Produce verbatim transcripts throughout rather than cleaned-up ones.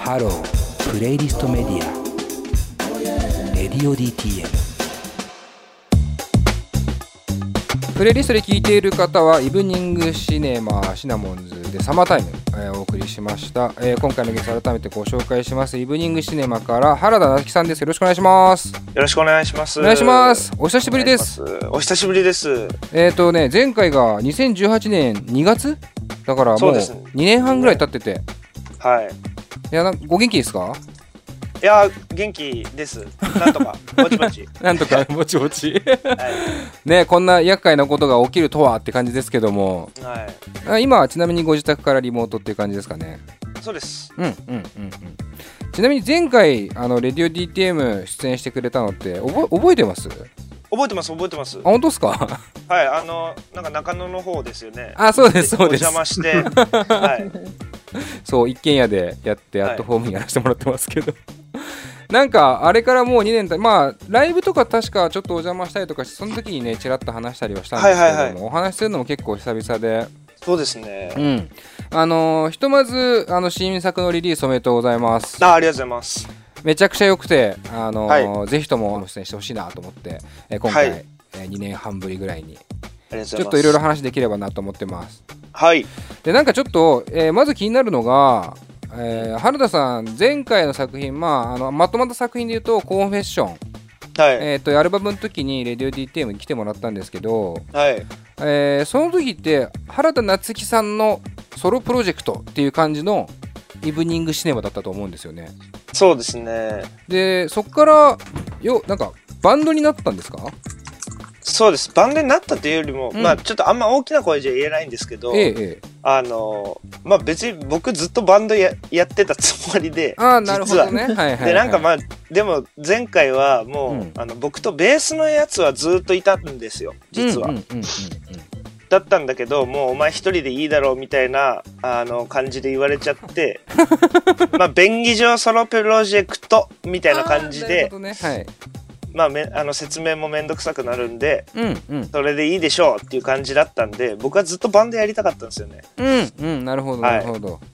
ハロープレイリストメディアレディオ ディーティーエム。 プレイリストで聴いている方はイブニングシネマシナモンズでサマータイム、えー、お送りしました、えー、今回のゲスト改めてご紹介します。イブニングシネマから原田夏樹さんです。よろしくお願いします。 よろしくお願いします。 お願いします。お久しぶりです。 お久しぶりです。 えっとね前回がにせんじゅうはちねんにがつだからもうにねんはんぐらい経ってて、 はい。 いやなご元気ですか？ いや元気です。なんとかぼちぼちなんとかぼちぼち、 はい、 ね、こんな厄介なことが起きるとはって感じですけども、 はい、 今はちなみにご自宅からリモートっていう感じですかね？ そうです。 うんうんうんうん。ちなみに前回あのレディオ ディーティーエム 出演してくれたのって覚覚えてます？ 覚えてます覚えてます。 あ、本当ですか？ はい、あのなんか中野の方ですよね。 あ、そうですそうです。 お邪魔して、はい、 そう一軒家でやってアットホームにやらせてもらってますけど、はい、なんかあれからもうにねんたまあライブとか確かちょっとお邪魔したりとかしてその時にねちらっと話したりはしたんですけども、はいはいはい、お話しするのも結構久々で。 そうですね。 うん。あのー、ひとまずあの新作のリリースおめでとうございます。 あ、ありがとうございます。 めちゃくちゃ良くて、あのーはい、ぜひとも出演してほしいなと思って、えー、今回、はい、えー、にねんはんぶりぐらいにちょっといろいろ話できればなと思ってます。 はい。 でなんかちょっと、えー、まず気になるのが、えー、原田さん前回の作品、まあ、あのまとまった作品でいうとコンフェッション、 はい、 えー、とアルバムの時にレディオ ディーティーエム に来てもらったんですけど、 はい、 えー、その時って原田夏樹さんのソロプロジェクトっていう感じのイブニングシネマだったと思うんですよね。 そうですね。 でそこからよなんかバンドになったんですか？ そうです。バンドになったというよりも、うん、まあちょっとあんま大きな声じゃ言えないんですけど、 ええ、 あのまあ別に僕ずっとバンド や, やってたつもりで、 あ、なるほどね、はいはいはい、 でなんかまあでも前回はもう、うん、あの僕とベースのやつはずっといたんですよ実は、うんうんうんうん、だったんだけどもうお前一人でいいだろうみたいなあの感じで言われちゃってまあ便宜上ソロプロジェクトみたいな感じで、 ね、はい、 まあ、めあの説明もめんどくさくなるんで、 うんうん、 それでいいでしょうっていう感じだったんで僕はずっとバンドやりたかったんですよね。 うんうん、なるほどなるほど、はい、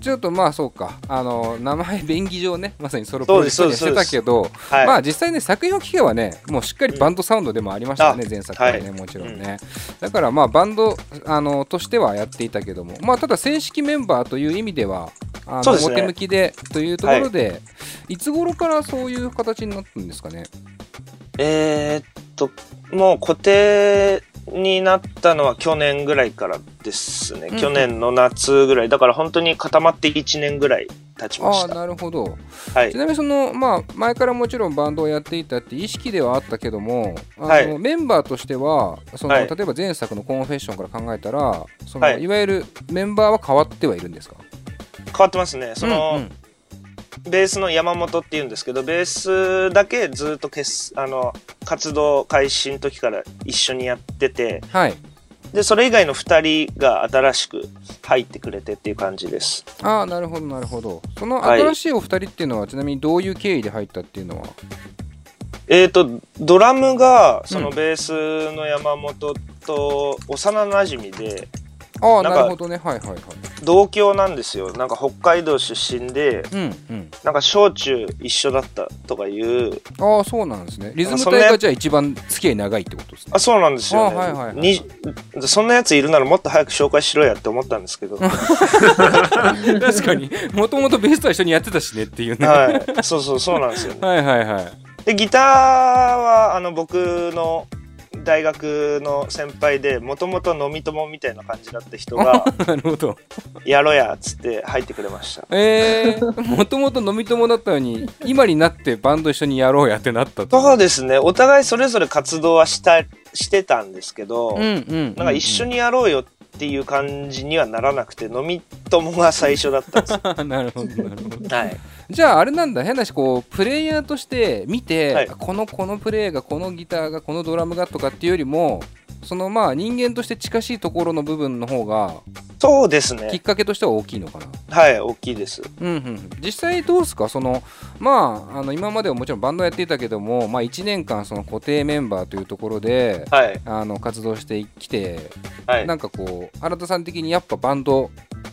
ちょっとまあそうか、あの名前便宜上ねまさにソロプロジェクトにしてたけど、はい、まあ実際ね作品を聴けばねもうしっかりバンドサウンドでもありましたよね、うん、前作はね、はい、もちろんね、うん、だからまあバンドあのとしてはやっていたけども、まあただ正式メンバーという意味ではあの、ね、表向きでというところで、はい、いつ頃からそういう形になったんですかね？ えー、っともう固定になったのは去年ぐらいからですね、うん、去年の夏ぐらいだから本当に固まっていちねんぐらい経ちました。 あ、なるほど、 はい、 ちなみにその、まあ、前からもちろんバンドをやっていたって意識ではあったけどもあの、はい、メンバーとしてはその、はい、例えば前作のコンフェッションから考えたらその、はい、いわゆるメンバーは変わってはいるんですか？ 変わってますね。その、うんうん、ベースの山本っていうんですけどベースだけずっとあの活動開始の時から一緒にやってて、 はい、 でそれ以外のふたりが新しく入ってくれてっていう感じです。 ああ、なるほどなるほど。その新しいお二人っていうのは、はい、ちなみにどういう経緯で入ったっていうのは？ えーとドラムがそのベースの山本と幼なじみで、 うん、ああ、なるほどね、はいはいはい、 同郷なんですよ。なんか北海道出身で、うんうん、なんか小中一緒だったとかいう。 ああ、そうなんですね。リズム隊がじゃあ一番付き合い長いってことですね。 あ、そうなんですよね、 はいはいはい、 にそんなやついるならもっと早く紹介しろやって思ったんですけど確かにもともとベースとは一緒にやってたしねっていうね、 はい、そうそうそうなんですよねはいはいはい。 でギターはあの僕の大学の先輩でもともと飲み友みたいな感じだった人がなるほどやろやっつって入ってくれました。 えー、もともと飲み友だったのに今になってバンド一緒にやろうやってなったと。 そうですね、お互いそれぞれ活動はしたしてたんですけど、うんうんうんうん、なんか一緒にやろうよっていう感じにはならなくて飲み友が最初だったんですなるほどなるほど、 はい、 じゃああれなんだ、変なしこうプレイヤーとして見て、はい、このこのプレイがこのギターがこのドラムがとかっていうよりもそのまあ人間として近しいところの部分の方がそうですね、 きっかけとしては大きいのかな。 はい、大きいです、 うんうん、実際どうですか、そのまああの今まではもちろんバンドやっていたけども、まあ、いちねんかんその固定メンバーというところで、はい、あの活動してきて、はい、なんかこう原田さん的にやっぱバンド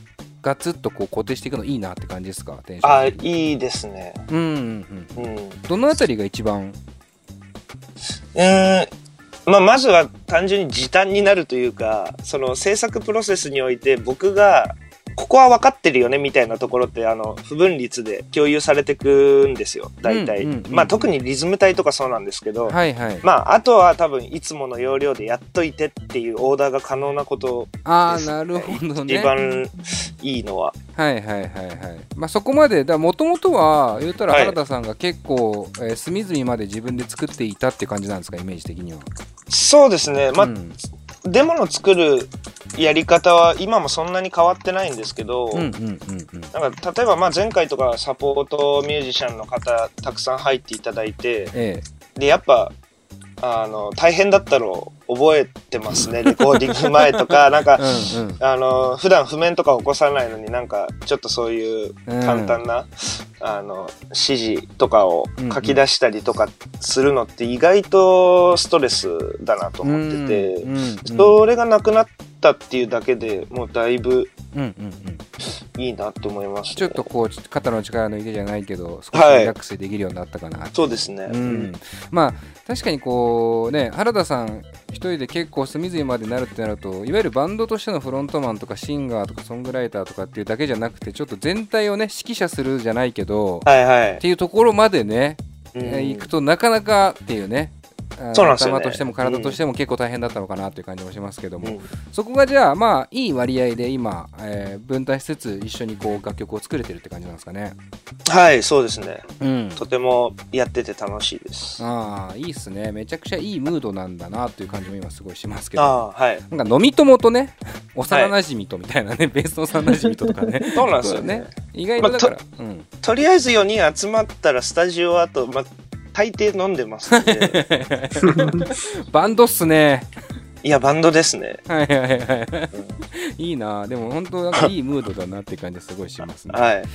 ガツッとこう固定していくのいいなって感じですか？テンション。 あ、いいですね。 うんうんうん、うん、どのあたりが一番？ うーんまあ、まずは単純に時短になるというか、その制作プロセスにおいて僕がここは分かってるよねみたいなところってあの不分率で共有されてくんですよ大体、うんうんうん、まあ特にリズム隊とかそうなんですけど、 はいはい、 まああとは多分いつもの要領でやっといてっていうオーダーが可能なことです、ね、 あーなるほどね、 一番いいのははいはいはいはい、まあそこまでだもともとは言うたら原田さんが結構、はい、えー、隅々まで自分で作っていたって感じなんですか？イメージ的には。 そうですね、まあ、うん、デモの作るやり方は今もそんなに変わってないんですけど、うんうんうんうん、なんか例えばまあ前回とかサポートミュージシャンの方たくさん入っていただいて、ええ、でやっぱあの大変だったろう覚えてますねレコーディング前とかなんかうん、うん、あの普段譜面とか起こさないのになんかちょっとそういう簡単な、うん、あの指示とかを書き出したりとかするのって意外とストレスだなと思ってて、うんうんうん、それがなくなったっていうだけでもうだいぶいいなと思います、ね、 ちょっとこう肩の力抜いてじゃないけど少しリラックスできるようになったかな、はい、 そうですね、うん、 まあ確かにこうね原田さん一人で結構隅々までなるってなるといわゆるバンドとしてのフロントマンとかシンガーとかソングライターとかっていうだけじゃなくてちょっと全体をね指揮者するじゃないけど、はいはい、っていうところまでね、うん、行くとなかなかっていうねそうなんですよね、 頭としても体としても結構大変だったのかなという感じもしますけども、うん、そこがじゃあまあいい割合で今、えー、分担しつつ一緒にこう楽曲を作れてるって感じなんですかね。 はいそうですね、うん、とてもやってて楽しいです。 ああいいっすね、めちゃくちゃいいムードなんだなという感じも今すごいしますけど、 あ、はい、 なんか飲み友とね幼なじみとみたいなね、はい、ベースの幼なじみととかねそうなんですよね意外とだから、 まあ と, うん、とりあえずよにん集まったらスタジオはあと、ま大抵飲んでますんでバンドっすね。 いやバンドですね。 はいはいはい、うん、いいな。でも本当なんかいいムードだなって感じすごいしますね。はい、うん、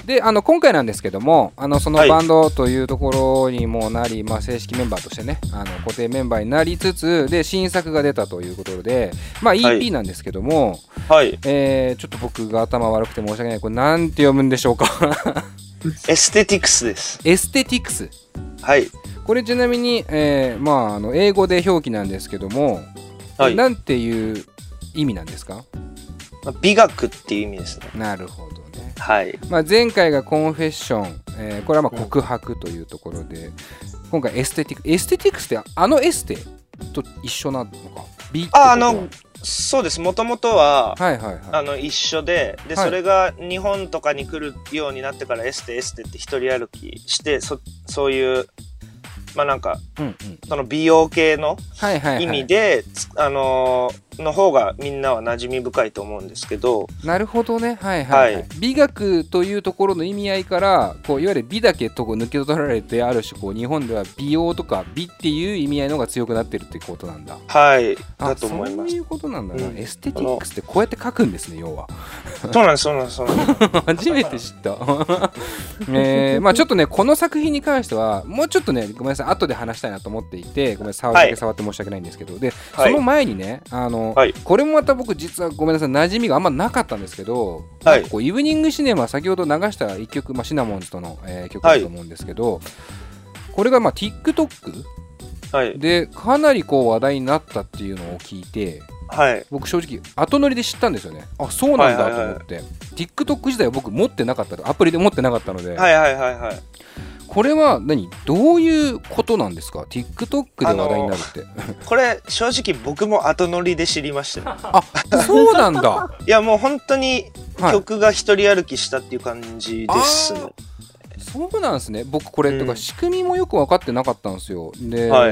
であの今回なんですけどもあのそのバンドというところにもなり、はいまあ、正式メンバーとしてねあの固定メンバーになりつつで新作が出たということで、まあ、イーピー なんですけども、はいえー、ちょっと僕が頭悪くて申し訳ない。これなんて読むんでしょうかエステティクスです。 エステティクス、 はい、 これちなみに、えーまあ、あの英語で表記なんですけども、はい、なんていう意味なんですか？ 美学っていう意味ですね。 なるほどね、 はいまあ、前回がコンフェッション、えー、これはまあ告白というところで、うん、今回エステティクスエステティクスってあのエステと一緒なのか？美ってことはあのそうです。もともとは、 はいはいはい、 あの一緒で、で、はい、それが日本とかに来るようになってからエステエステって一人歩きして、そそういうまあなんか、うんうん、その美容系の意味で、はいはいはい、あのー、の方がみんなは馴染み深いと思うんですけど。 なるほどね、はいはい、はいはい、美学というところの意味合いからこういわゆる美だけとこう抜け取られてある種こう日本では美容とか美っていう意味合いの方が強くなってるってことなんだ。 はいだと思います。 そういうことなんだな、うん、エステティックスってこうやって書くんですね要は。 そうなんですそうなんですそうなんです初めて知ったえー、まあちょっとねこの作品に関してはもうちょっとねごめんなさい後で話したいなと思っていてごめんなさい触りだけ触って申し訳ないんですけど、はい、でその前にねあの、はい、これもまた僕実はごめんなさい馴染みがあんまなかったんですけど、はい、こうイブニングシネマ先ほど流したいっきょく、まあ、シナモンズとの、えー、曲だと思うんですけど、はい、これがまあ TikTok、はい、でかなりこう話題になったっていうのを聞いて、はい、僕正直後乗りで知ったんですよね。あそうなんだと思って、はいはいはい、TikTok 自体は僕持ってなかったアプリで持ってなかったので、 はいはいはいはい、 これは何どういうことなんですか TikTok で話題になるって。 これ正直僕も後乗りで知りましたよ。 あそうなんだいやもう本当に曲が一人歩きしたっていう感じですね、はい、 そうなんですね。僕これ、うん、とか仕組みもよく分かってなかったんですよ。で、はい、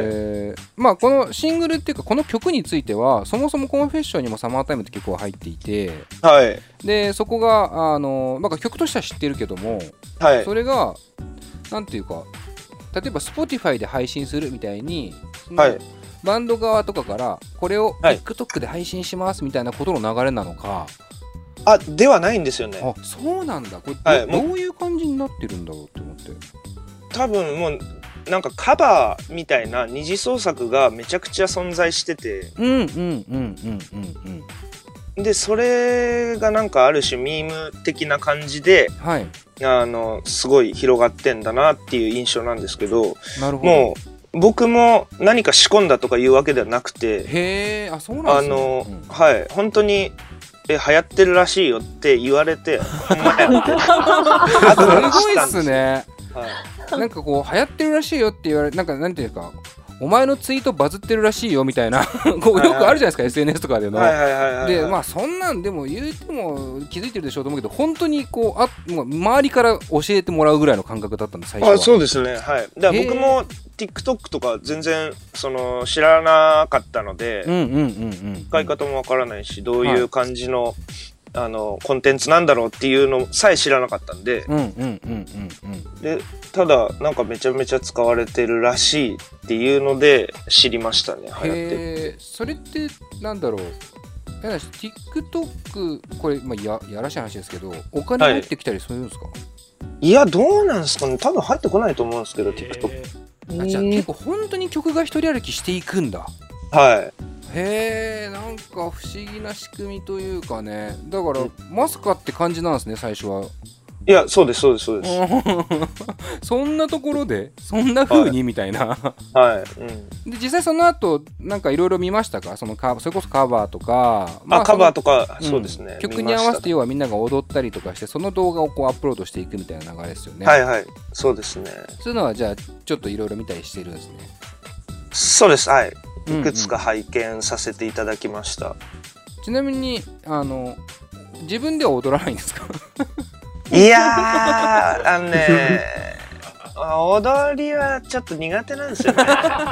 まあこのシングルっていうかこの曲についてはそもそもコンフェッションにもサマータイムって曲が入っていて、はい、でそこがあのなんか曲としては知ってるけども、はい、それがなんていうか例えば Spotify で配信するみたいに、はい、バンド側とかからこれを TikTok で配信しますみたいなことの流れなのか、 あではないんですよね。 あそうなんだ。これ、はい、どういう感じになってるんだろうって思って。 多分もうなんかカバーみたいな二次創作がめちゃくちゃ存在してて、 うんうんうんうんうんうんでそれがなんかある種ミーム的な感じで、 はい、 あのすごい広がってんだなっていう印象なんですけど、 なるほど。 もう僕も何か仕込んだとかいうわけではなくて、 へー、あ、そうなんですね。 あの、 うん、 はい本当にえ流行ってるらしいよって言われてほんまやってすごいっすね。はい、なんかこう流行ってるらしいよって言われ、なんかなんていうか、お前のツイートバズってるらしいよみたいなこうよくあるじゃないですか、はいはい、エスエヌエス とかでの。でまあそんなんでも言うても気づいてるでしょうと思うけど、本当にこうあ周りから教えてもらうぐらいの感覚だったんで最初は。 あ、そうですね、はい。だから僕も TikTok とか全然その知らなかったので、使い方もわからないし、どういう感じの、はい、あのコンテンツなんだろうっていうのさえ知らなかったんで、でただなんかめちゃめちゃ使われてるらしいっていうので知りましたね。流行ってる。それってなんだろう、TikTok これ、まあ、や, やらしい話ですけど、お金入ってきたりするんですか？はい、 いやどうなんですかね、多分入ってこないと思うんですけど TikTok。 あ、じゃあ結構本当に曲が一人歩きしていくんだ。 はい。 へえ、なんか不思議な仕組みというかね。だから、うん、まさかって感じなんですね、最初は。 いや、そうですそうですそうですそんなところでそんな風に、はい、みたいなはい、うん、 で実際その後なんかいろいろ見ましたか？そのカそれこそカバーとか、 まあ、あカバーとか、うん、そうですね、 曲に合わせて要はみんなが踊ったりとかして、その動画をこうアップロードしていくみたいな流れですよね。 はいはい、そうですね。 そういうのはじゃあちょっといろいろ見たりしてるんですね。 そうです、はい、いくつか拝見させていただきました。うんうん、 ちなみにあの自分では踊らないんですか？ いやー、あのね、踊りはちょっと苦手なんですよね。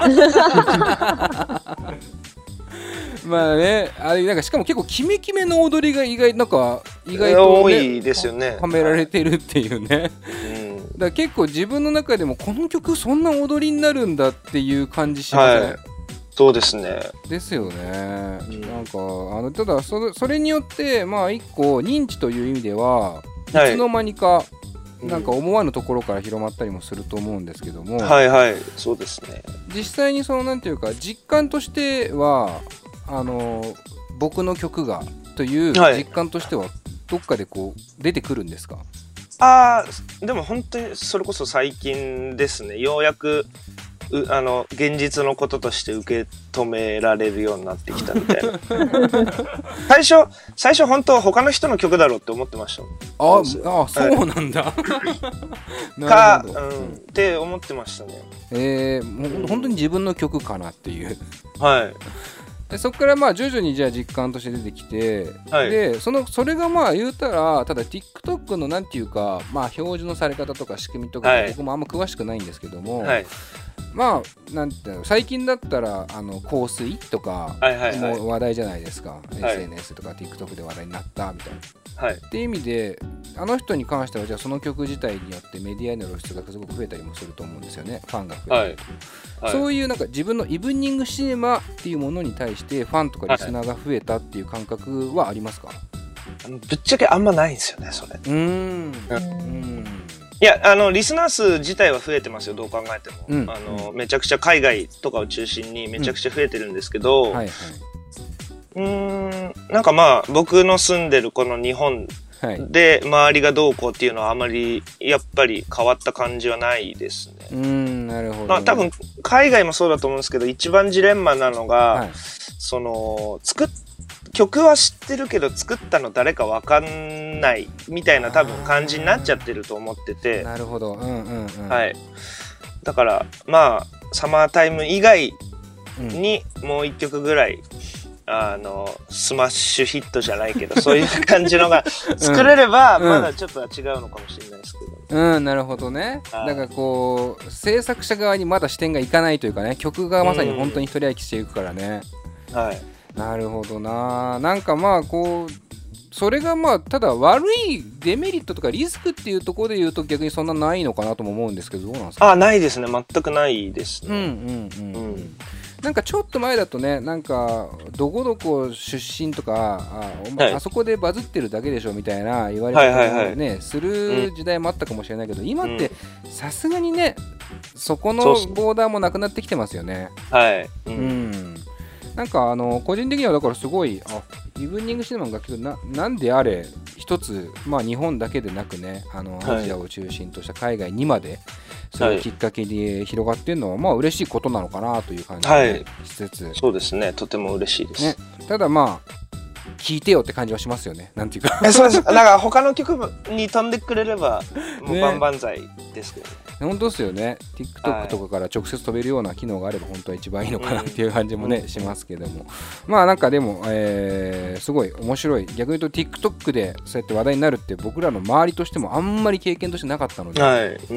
まあね、あれなんかしかも結構キメキメの踊りが意外なんか意外と、ね、 多いですよね。 はめられてるっていうね。うん、だから結構自分の中でもこの曲そんな踊りになるんだっていう感じしません？はい、 そうですね。 ですよね。うん、なんかあのただそれ、それによってまあ一個認知という意味では。いつの間にかなんか思わぬところから広まったりもすると思うんですけども、 はいはいそうですね。 実際にそのなんていうか実感としてはあの僕の曲がという実感としてはどっかでこう出てくるんですか？ ああ、でも本当にそれこそ最近ですね。ようやくあの現実のこととして受け止められるようになってきたみたいな。最初最初本当他の人の曲だろうって思ってましたもん。 ああ、そうなんだ。 か、うん、って思ってましたね。 えー、もう本当に自分の曲かなっていう。 はい。 でそこからまあ徐々にじゃあ実感として出てきて、はい、でそのそれがまあ言うたらただ TikTok のなんていうかまあ表示のされ方とか仕組みとか、はい、僕もあんま詳しくないんですけども、はい、まあなんていうの最近だったらあの香水とかも話題じゃないですか、はいはいはい、エスエヌエス とか TikTok で話題になったみたいな、はい、っていう意味であの人に関してはじゃあその曲自体によってメディアへの露出がすごく増えたりもすると思うんですよね、ファンが増えたりとか、はいはい、そういうなんか自分のイブニングシネマっていうものに対してファンとかリスナーが増えたっていう感覚はありますか？ ぶっちゃけあんまないんですよねそれ。うーんうんいやあのリスナー数自体は増えてますよ、どう考えても、うん、あのめちゃくちゃ海外とかを中心にめちゃくちゃ増えてるんですけど、うんはいはい、うーんなんかまあ僕の住んでるこの日本で周りがどうこうっていうのはあまりやっぱり変わった感じはないですね。 うーんなるほど、ね、 まあ、多分海外もそうだと思うんですけど一番ジレンマなのが、はい、その作っ曲は知ってるけど作ったの誰か分かんないみたいな多分感じになっちゃってると思ってて。 なるほど、うんうんうん、 はい、だからまあサマータイム以外にもう一曲ぐらい、うん、あのスマッシュヒットじゃないけどそういう感じのが作れればまだちょっとは違うのかもしれないですけど、 うんうん、なるほどね。だからこう制作者側にまだ視点がいかないというかね、曲がまさに本当に一人歩きしていくからね、 うん、はい、 なるほどな。なんかまあこうそれがまあただ悪いデメリットとかリスクっていうところで言うと逆にそんなないのかなとも思うんですけど、どうなんですか？ あ、ないですね、全くないですね。うんうんうん、 うん、なんかちょっと前だとね、なんかどこどこ出身とか あ,、はい、あそこでバズってるだけでしょみたいな言われ方を、ね、はいはいはい、する時代もあったかもしれないけど、うん、今ってさすがにねそこのボーダーもなくなってきてますよね。 はい、 うん、うん、なんかあの個人的にはだからすごいあイブニングシネマの楽曲 な, なんであれ一つ、まあ、日本だけでなくねあのアジアを中心とした海外にまでそれをきっかけに広がっているのは、まあ嬉しいことなのかなという感じが、ねはい、しつつそうですねとても嬉しいです、 ね、ただまあ聴いてよって感じはしますよねなんていうかそうですなんか他の曲に飛んでくれればもう万々歳ですけどね本当ですよね TikTok とかから直接飛べるような機能があれば本当は一番いいのかなっていう感じもね、うん、しますけどもまあなんかでも、えー、すごい面白い逆に言うと TikTok でそうやって話題になるって僕らの周りとしてもあんまり経験としてなかったので、 はいうん、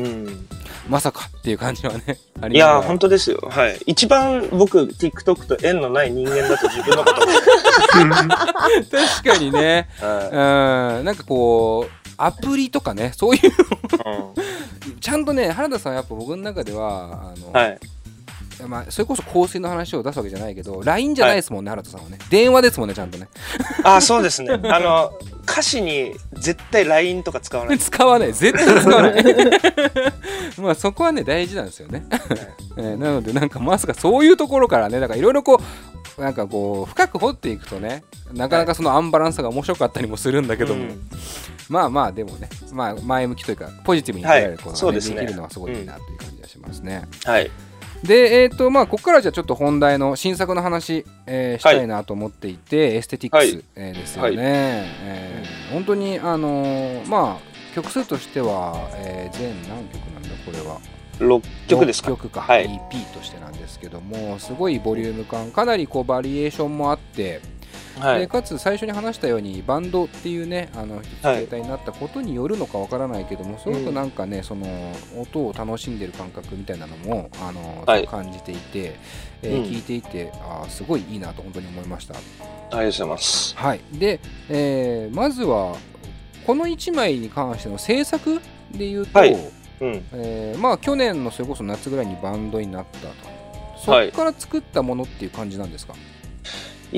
まさかっていう感じはねありいや本当ですよはい一番僕 TikTok と縁のない人間だと自分のこと確かにね、はい、うんなんかこうアプリとかねそういうの、うん、ちゃんとね原田さんはやっぱ僕の中ではあの、はいまあ、それこそ香水の話を出すわけじゃないけど ライン じゃないですもんね、はい、原田さんはね電話ですもんねちゃんとねあそうですねあの歌詞に絶対 ライン とか使わない使わない絶対使わないまあそこはね大事なんですよね、はいえー、なのでなんかまさかそういうところからねだからいろいろこうなんかこう深く掘っていくとねなかなかそのアンバランスが面白かったりもするんだけども、はいうん、まあまあでもね、まあ、前向きというかポジティブに捉えることが、ねはい、で, ね、できるのはすごいいいなという感じがしますね、 うん、はいでえーとまあここからじゃあちょっと本題の新作の話、えー、したいなと思っていて、はい、エステティックス、はいえー、ですよね、はいえー、本当にあのー、まあ曲数としては、えー、全何曲なんだこれはろっきょくですかろっきょくか、はい、イーピー としてなんですけどもすごいボリューム感かなりこうバリエーションもあって、はい、でかつ最初に話したようにバンドっていうねあの一つ形態になったことによるのかわからないけども、はい、すごくなんかね、うん、その音を楽しんでる感覚みたいなのもあの、はい、感じていて、えーうん、聞いていてあすごいいいなと本当に思いました。 ありがとうございます。 はいで、えー、まずはこのいちまいに関しての制作でいうと、はいうんえー、まあ去年のそれこそ夏ぐらいにバンドになったとそこから作ったものっていう感じなんですか？はい、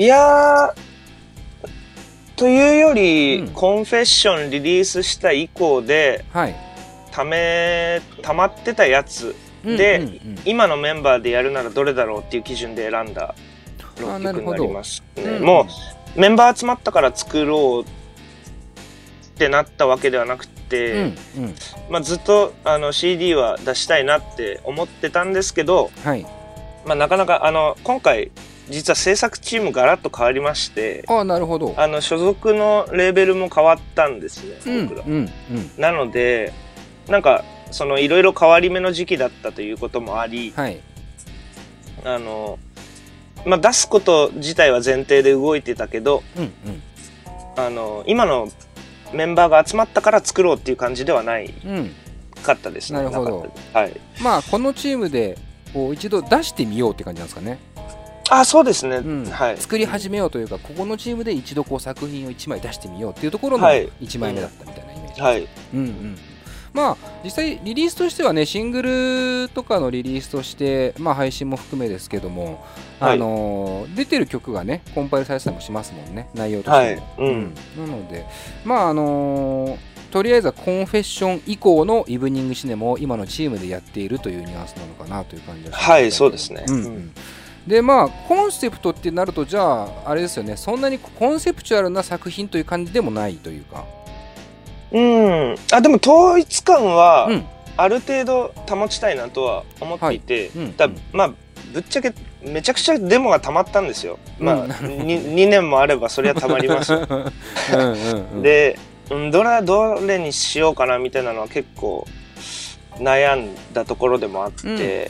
いやーというより、うん、コンフェッションリリースした以降で、はい、ためたまってたやつで、うんうんうん、今のメンバーでやるならどれだろうっていう基準で選んだろっきょくになりますね、うん、もうメンバー集まったから作ろうってなったわけではなくてうんうんまあ、ずっとあの シーディー は出したいなって思ってたんですけど、はいまあ、なかなかあの今回実は制作チームガラッと変わりましてあなるほどあの所属のレーベルも変わったんですね、うん、僕ら、うんうん、なのでなんかそのいろいろ変わり目の時期だったということもあり、はい、あのまあ、出すこと自体は前提で動いてたけど、うんうん、あの今のメンバーが集まったから作ろうっていう感じではないかったですね、 うん、なるほど、 はい、 まあこのチームでこう一度出してみようって感じなんですかね。 あそうですね、 うんはい、 作り始めようというかここのチームで一度こう作品をいちまい出してみようっていうところのいちまいめだったみたいなイメージです、はいうんうんまあ、実際リリースとしてはねシングルとかのリリースとして、まあ、配信も含めですけども、はい、あの出てる曲がねコンパイルされてたりもしますもんね内容としても、はいうん、なのでまああのとりあえずはコンフェッション以降のイブニングシネマを今のチームでやっているというニュアンスなのかなという感じがします、 はいそうですね、うんうん、 でまあコンセプトってなるとじゃああれですよねそんなにコンセプチュアルな作品という感じでもないというかうんあでも統一感はある程度保ちたいなとは思っていて、はいうん、だまあぶっちゃけめちゃくちゃデモが溜まったんですよ、まあ、うん、に, にねんもあればそりゃ溜まりますうんうん、うん、でどれどれにしようかなみたいなのは結構悩んだところでもあって、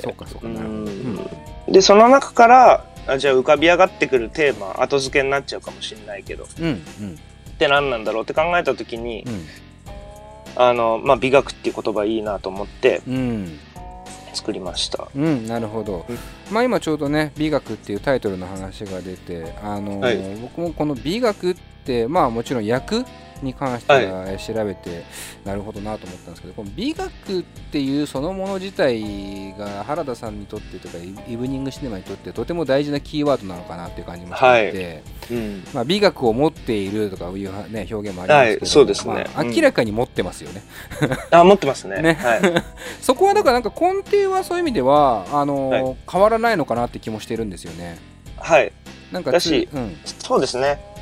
うん、でその中からあじゃあ浮かび上がってくるテーマ後付けになっちゃうかもしれないけど、うんうん、って何なんだろうって考えた時に、うんあのまあ、美学っていう言葉いいなと思って作りました、 うんうん、なるほど、うんまあ、今ちょうどね美学っていうタイトルの話が出て、あのーはい、僕もこの美学ってまあもちろん役に関しては調べて、はい、なるほどなと思ったんですけどこの美学っていうそのもの自体が原田さんにとってとかイブニングシネマにとってとても大事なキーワードなのかなっていう感じもしていて、はいうんまあ、美学を持っているとかいう、ね、表現もありますけど、はいそうですねまあ、明らかに持ってますよね、 うん、あ持ってますね、ねはい、 そこはだからなんか根底はそういう意味ではあの、はい、変わらないのかなって気もしてるんですよね。 はいなんかだし、うん、そうですね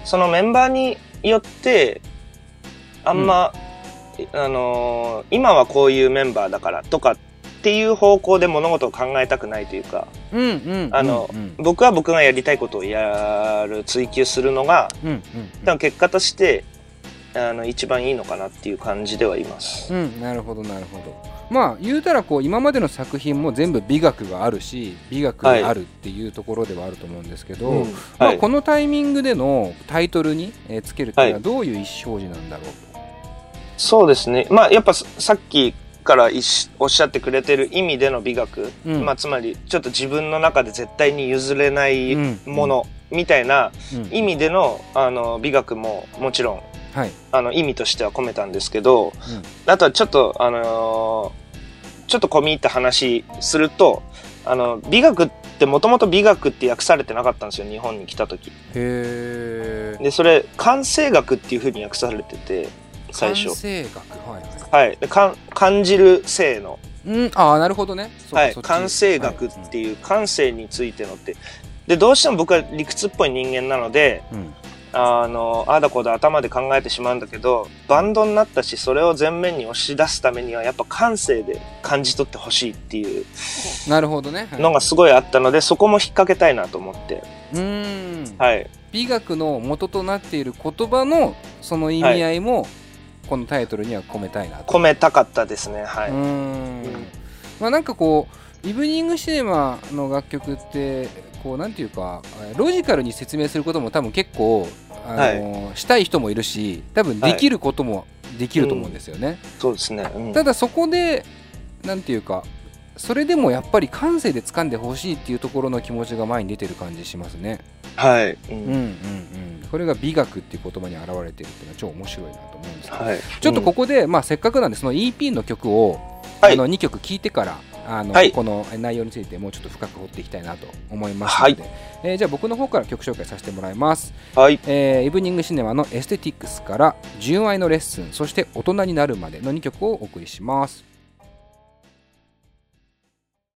そのメンバーによってあんま、うん、あのー、今はこういうメンバーだからとかっていう方向で物事を考えたくないというか、僕は僕がやりたいことをやる追求するのが、うんうんうん、多分結果としてあの一番いいのかなっていう感じではいます。 うん、なるほどなるほど。まあ言うたらこう今までの作品も全部美学があるし美学があるっていうところではあると思うんですけど、はい、まあ、このタイミングでのタイトルにつけるっていうのはどういう意思表示なんだろうと。はい、 そうですね、まあやっぱさっきからおっしゃってくれてる意味での美学、うん、まあつまりちょっと自分の中で絶対に譲れないものみたいな意味での、あの美学ももちろん、はい、あの意味としては込めたんですけど、うん、あとはちょっとあのー、ちょっと込み入った話すると、あの美学ってもともと美学って訳されてなかったんですよ、日本に来た時。 へー。 でそれ感性学っていう風に訳されてて、最初。 感性学、はいはい、か感じる性の、 うん、ああなるほどね。 はい、感性学っていう、感性についてのって、でどうしても僕は理屈っぽい人間なので、うん、あのあだこだ頭で考えてしまうんだけど、バンドになったしそれを前面に押し出すためにはやっぱ感性で感じ取ってほしいっていうなるほどねのがすごいあったので、そこも引っ掛けたいなと思って、 うーん、 はい、 美学の元となっている言葉のその意味合いも、はい、このタイトルには込めたいなと。 込めたかったですね。はい。うーん、 うん、まあなんかこうイブニングシネマの楽曲ってこうなんていうかロジカルに説明することも多分結構あの、はい、したい人もいるし、多分できることもできると思うんですよね。はい、うん、 そうですね。うん、 ただそこでなんていうかそれでもやっぱり感性で掴んでほしいっていうところの気持ちが前に出てる感じしますね。 はい。 うん、うんうんうん。これが美学っていう言葉に表れてるっていうのは超面白いなと思うんですけど、はい、ちょっとここで、うん、まあせっかくなんでその イーピー の曲を、はい、あのにきょく聴いてからあの、はい、この内容についてもうちょっと深く掘っていきたいなと思いますので、はい、えー、じゃあ僕の方から曲紹介させてもらいます。はい、えー、イブニングシネマのエステティックスから純愛のレッスン、そして大人になるまでのにきょくをお送りします。